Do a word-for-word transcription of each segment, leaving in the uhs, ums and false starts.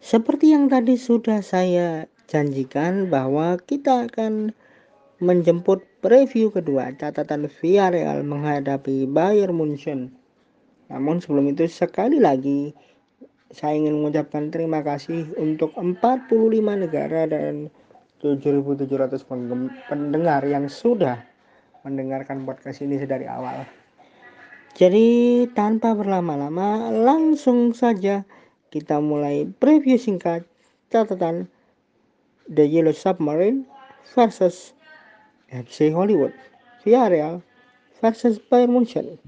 Seperti yang tadi sudah saya janjikan bahwa kita akan menjemput preview kedua catatan Villarreal menghadapi Bayern Munchen. Namun sebelum itu sekali lagi saya ingin mengucapkan terima kasih untuk empat puluh lima negara dan tujuh ribu tujuh ratus pendengar yang sudah mendengarkan podcast ini dari awal. Jadi tanpa berlama-lama langsung saja kita mulai preview singkat catatan The Yellow Submarine versus F C Hollywood, Villarreal versus Bayern Munchen.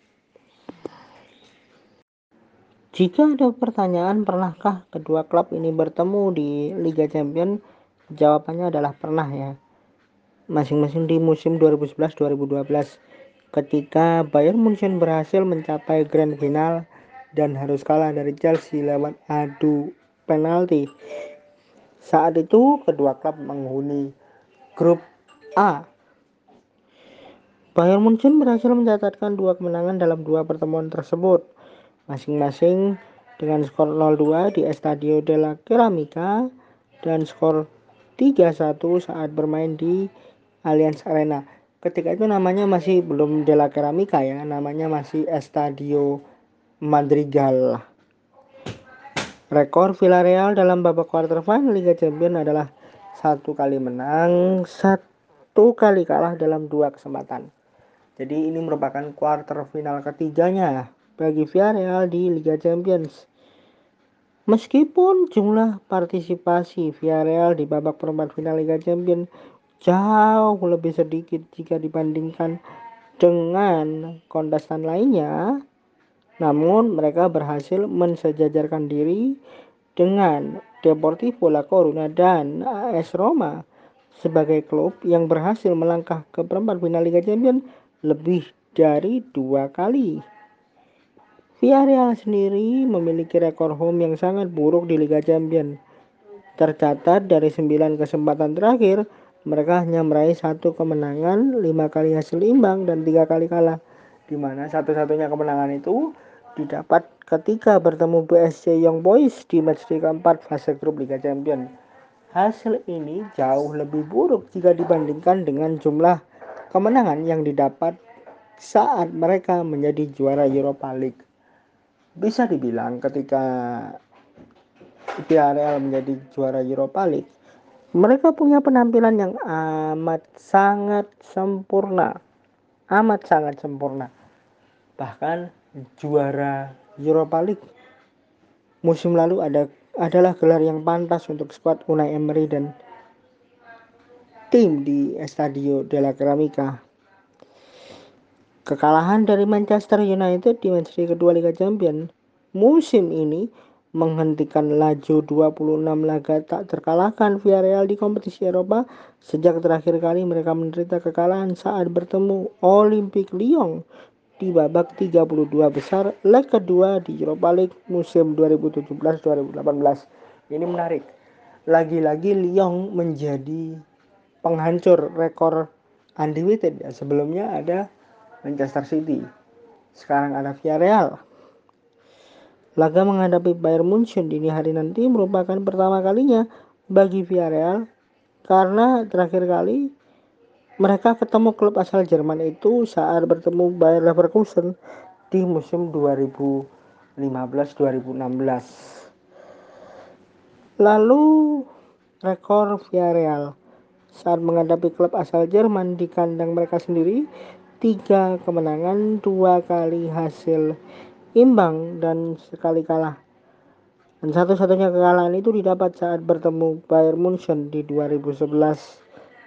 Jika ada pertanyaan pernahkah kedua klub ini bertemu di Liga Champions, jawabannya adalah pernah ya. Masing-masing di musim dua ribu sebelas dua ribu dua belas ketika Bayern Munchen berhasil mencapai grand final dan harus kalah dari Chelsea lewat adu penalti. Saat itu kedua klub menghuni grup A. Bayern Munchen berhasil mencatatkan dua kemenangan dalam dua pertemuan tersebut, masing-masing dengan skor nol dua di Estadio de la Ceramica dan skor tiga satu saat bermain di Allianz Arena. Ketika itu namanya masih belum de la Ceramica ya, namanya masih Estadio Madrigal. Rekor Villarreal dalam babak quarter final Liga Champions adalah satu kali menang, satu kali kalah dalam dua kesempatan. Jadi ini merupakan quarter final ketiganya bagi Villarreal di Liga Champions. Meskipun jumlah partisipasi Villarreal di babak perempat final Liga Champions jauh lebih sedikit jika dibandingkan dengan kontestan lainnya, namun mereka berhasil mensejajarkan diri dengan Deportivo La Coruña dan A S Roma sebagai klub yang berhasil melangkah ke perempat final Liga Champions lebih dari dua kali. Villarreal sendiri memiliki rekor home yang sangat buruk di Liga Champions. Tercatat dari sembilan kesempatan terakhir, mereka hanya meraih satu kemenangan, lima kali hasil imbang, dan tiga kali kalah. Di mana satu-satunya kemenangan itu didapat ketika bertemu B S C Young Boys di matchday keempat fase grup Liga Champions. Hasil ini jauh lebih buruk jika dibandingkan dengan jumlah kemenangan yang didapat saat mereka menjadi juara Europa League. Bisa dibilang ketika Villarreal menjadi juara Europa League, mereka punya penampilan yang amat sangat sempurna. Amat sangat sempurna. Bahkan juara Europa League musim lalu ada adalah gelar yang pantas untuk skuad Unai Emery dan tim di Estadio de la Ceramica. Kekalahan dari Manchester United di matchday kedua Liga Champions musim ini menghentikan laju dua puluh enam laga tak terkalahkan Villarreal di kompetisi Eropa sejak terakhir kali mereka menderita kekalahan saat bertemu Olympique Lyon di babak tiga puluh dua besar leg kedua di Europa League musim dua ribu tujuh belas dua ribu delapan belas. Ini menarik. Lagi-lagi Lyon menjadi penghancur rekor undefeated ya. Sebelumnya ada Manchester City. Sekarang ada Villarreal. Laga menghadapi Bayern Munchen dini hari nanti merupakan pertama kalinya bagi Villarreal karena terakhir kali mereka ketemu klub asal Jerman itu saat bertemu Bayer Leverkusen di musim dua ribu lima belas dua ribu enam belas. Lalu rekor Villarreal saat menghadapi klub asal Jerman di kandang mereka sendiri, tiga kemenangan, dua kali hasil imbang dan sekali kalah. Dan satu-satunya kekalahan itu didapat saat bertemu Bayern Munchen di dua ribu sebelas.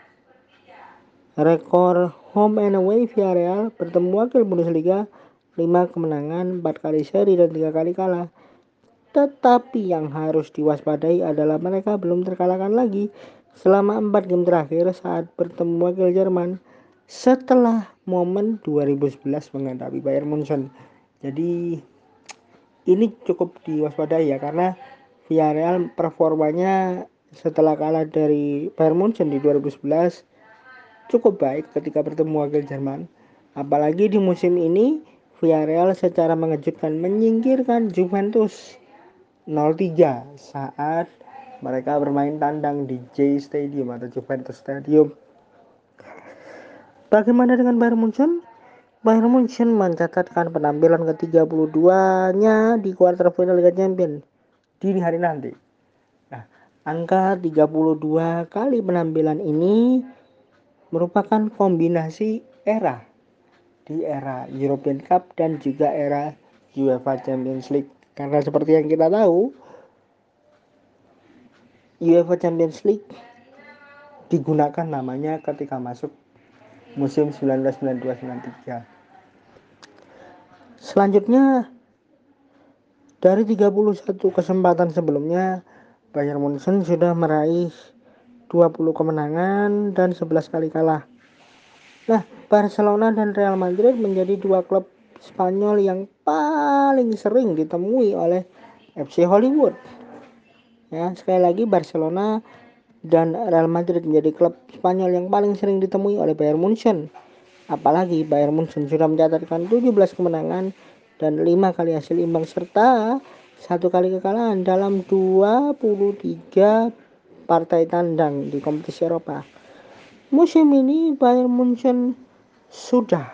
Rekor home and away Villarreal bertemu wakil Bundesliga, lima kemenangan, empat kali seri dan tiga kali kalah. Tetapi yang harus diwaspadai adalah mereka belum terkalahkan lagi selama empat game terakhir saat bertemu wakil Jerman setelah momen dua ribu sebelas menghadapi Bayern Munchen. Jadi ini cukup diwaspadai ya, karena Villarreal performanya setelah kalah dari Bayern Munchen di dua ribu sebelas cukup baik ketika bertemu wakil Jerman. Apalagi di musim ini Villarreal secara mengejutkan menyingkirkan Juventus nol tiga saat mereka bermain tandang di J Stadium atau Juventus Stadium. Bagaimana dengan Bayern Munchen? Bayern Munchen mencatatkan penampilan ke tiga puluh dua-nya di kuarter final Liga Champions di hari nanti. Nah, angka tiga puluh dua kali penampilan ini merupakan kombinasi era di era European Cup dan juga era UEFA Champions League. Karena seperti yang kita tahu, UEFA Champions League digunakan namanya ketika masuk musim sembilan belas sembilan puluh dua sembilan puluh tiga. Selanjutnya, dari tiga puluh satu kesempatan sebelumnya, Bayern Munchen sudah meraih dua puluh kemenangan dan sebelas kali kalah. Nah, Barcelona dan Real Madrid menjadi dua klub Spanyol yang paling sering ditemui oleh F C Hollywood. Ya, sekali lagi Barcelona dan Real Madrid menjadi klub Spanyol yang paling sering ditemui oleh Bayern Munchen. Apalagi Bayern Munchen sudah mencatatkan tujuh belas kemenangan dan lima kali hasil imbang serta satu kali kekalahan dalam dua puluh tiga partai tandang di kompetisi Eropa. Musim ini Bayern Munchen sudah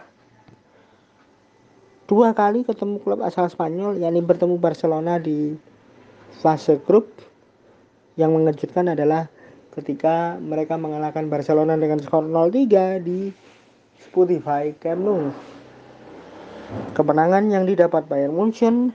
dua kali ketemu klub asal Spanyol, yakni bertemu Barcelona di fase grup. Yang mengejutkan adalah ketika mereka mengalahkan Barcelona dengan skor nol tiga di Spotify Camp Nou. Kemenangan yang didapat Bayern Munchen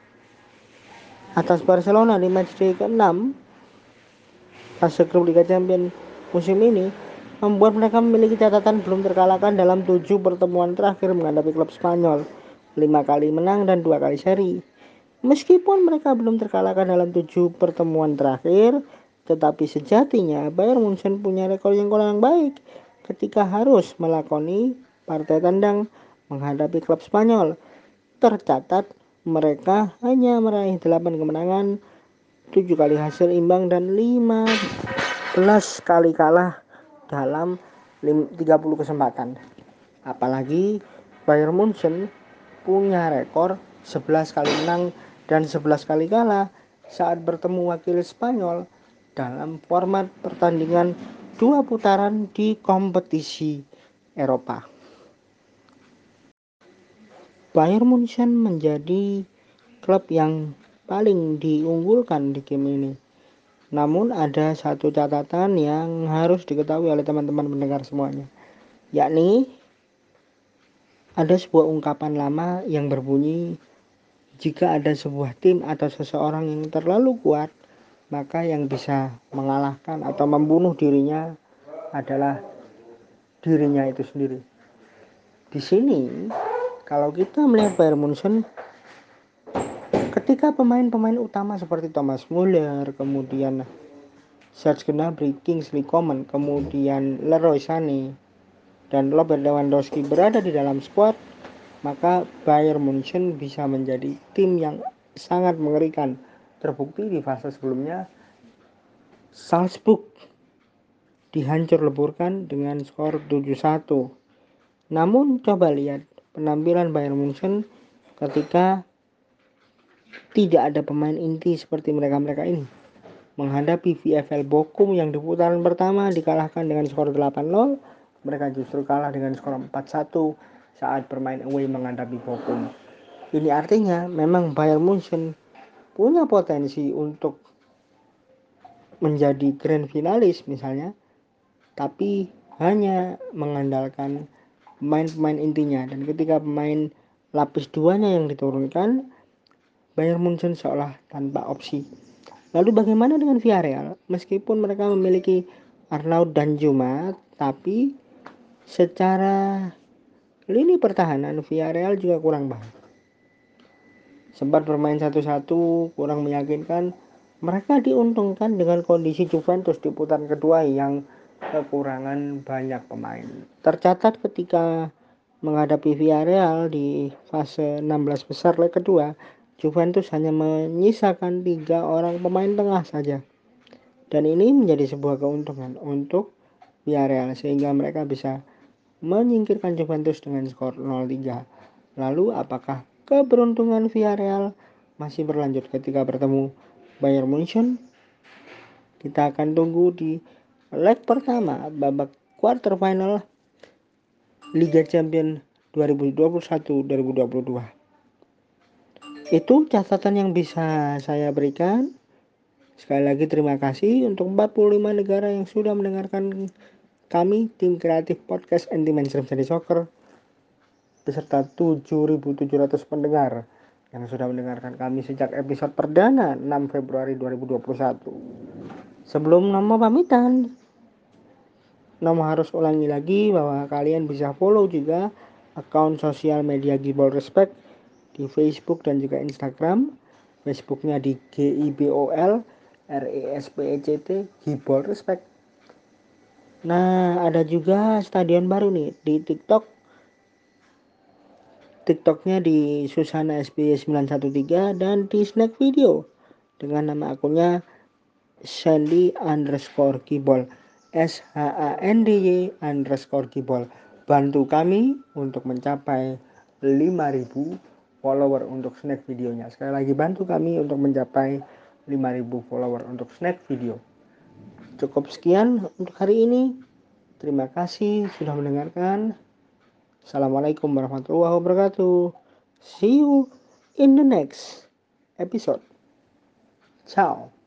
atas Barcelona di matchday keenam fase grup Liga Champions musim ini membuat mereka memiliki catatan belum terkalahkan dalam tujuh pertemuan terakhir menghadapi klub Spanyol, lima kali menang dan dua kali seri. Meskipun mereka belum terkalahkan dalam tujuh pertemuan terakhir, tetapi sejatinya Bayern Munchen punya rekor yang kurang baik ketika harus melakoni partai tandang menghadapi klub Spanyol. Tercatat mereka hanya meraih delapan kemenangan, tujuh kali hasil imbang dan lima belas kali kalah dalam tiga puluh kesempatan. Apalagi Bayern Munchen punya rekor sebelas kali menang dan sebelas kali kalah saat bertemu wakil Spanyol dalam format pertandingan dua putaran di kompetisi Eropa. Bayern Munchen menjadi klub yang paling diunggulkan di game ini. Namun ada satu catatan yang harus diketahui oleh teman-teman mendengar semuanya, yakni ada sebuah ungkapan lama yang berbunyi, jika ada sebuah tim atau seseorang yang terlalu kuat, maka yang bisa mengalahkan atau membunuh dirinya adalah dirinya itu sendiri. Di sini, kalau kita melihat Bayern Munchen, ketika pemain-pemain utama seperti Thomas Müller, kemudian Serge Gnabry, Kingsley Coman, kemudian Leroy Sané, dan Robert Lewandowski berada di dalam skuad, maka Bayern Munchen bisa menjadi tim yang sangat mengerikan. Terbukti di fase sebelumnya, Salzburg dihancur leburkan dengan skor tujuh satu. Namun coba lihat penampilan Bayern Munchen ketika tidak ada pemain inti seperti mereka-mereka ini. Menghadapi VfL Bochum yang di putaran pertama dikalahkan dengan skor delapan nol, mereka justru kalah dengan skor empat satu saat bermain away menghadapi Bochum. Ini artinya memang Bayern Munchen punya potensi untuk menjadi grand finalis misalnya, tapi hanya mengandalkan pemain-pemain intinya, dan ketika pemain lapis duanya yang diturunkan, Bayern Munchen seolah tanpa opsi. Lalu bagaimana dengan Villarreal? Meskipun mereka memiliki Arnaud dan Juma, tapi secara lini pertahanan Villarreal juga kurang baik. Sempat bermain satu-satu, kurang meyakinkan. Mereka diuntungkan dengan kondisi Juventus di putaran kedua yang kekurangan banyak pemain. Tercatat ketika menghadapi Villarreal di fase enam belas besar leg kedua, Juventus hanya menyisakan tiga orang pemain tengah saja. Dan ini menjadi sebuah keuntungan untuk Villarreal sehingga mereka bisa menyingkirkan Juventus dengan skor nol tiga. Lalu apakah keberuntungan Villarreal masih berlanjut ketika bertemu Bayern Munchen. Kita akan tunggu di leg pertama babak quarter final Liga Champions dua ribu dua puluh satu dua ribu dua puluh dua. Itu catatan yang bisa saya berikan. Sekali lagi terima kasih untuk empat puluh lima negara yang sudah mendengarkan kami, tim kreatif podcast Anti Mainstream Study Soccer, beserta tujuh ribu tujuh ratus pendengar yang sudah mendengarkan kami sejak episode perdana enam Februari dua ribu dua puluh satu. Sebelum Nomo pamitan, Nomo harus ulangi lagi bahwa kalian bisa follow juga akun sosial media Gibol Respect di Facebook dan juga Instagram. Facebooknya di G I B O L R E S P E C T Gibol Respect. Nah, ada juga stadion baru nih di TikTok. TikToknya di Susana S B Y sembilan satu tiga dan di Snack Video dengan nama akunnya Sandy underscore Gibol, S H A N D Y underscore Gibol. Bantu kami untuk mencapai lima ribu follower untuk snack videonya. Sekali lagi bantu kami untuk mencapai lima ribu follower untuk snack video. Cukup sekian untuk hari ini. Terima kasih sudah mendengarkan. Assalamualaikum warahmatullahi wabarakatuh. See you in the next episode. Ciao.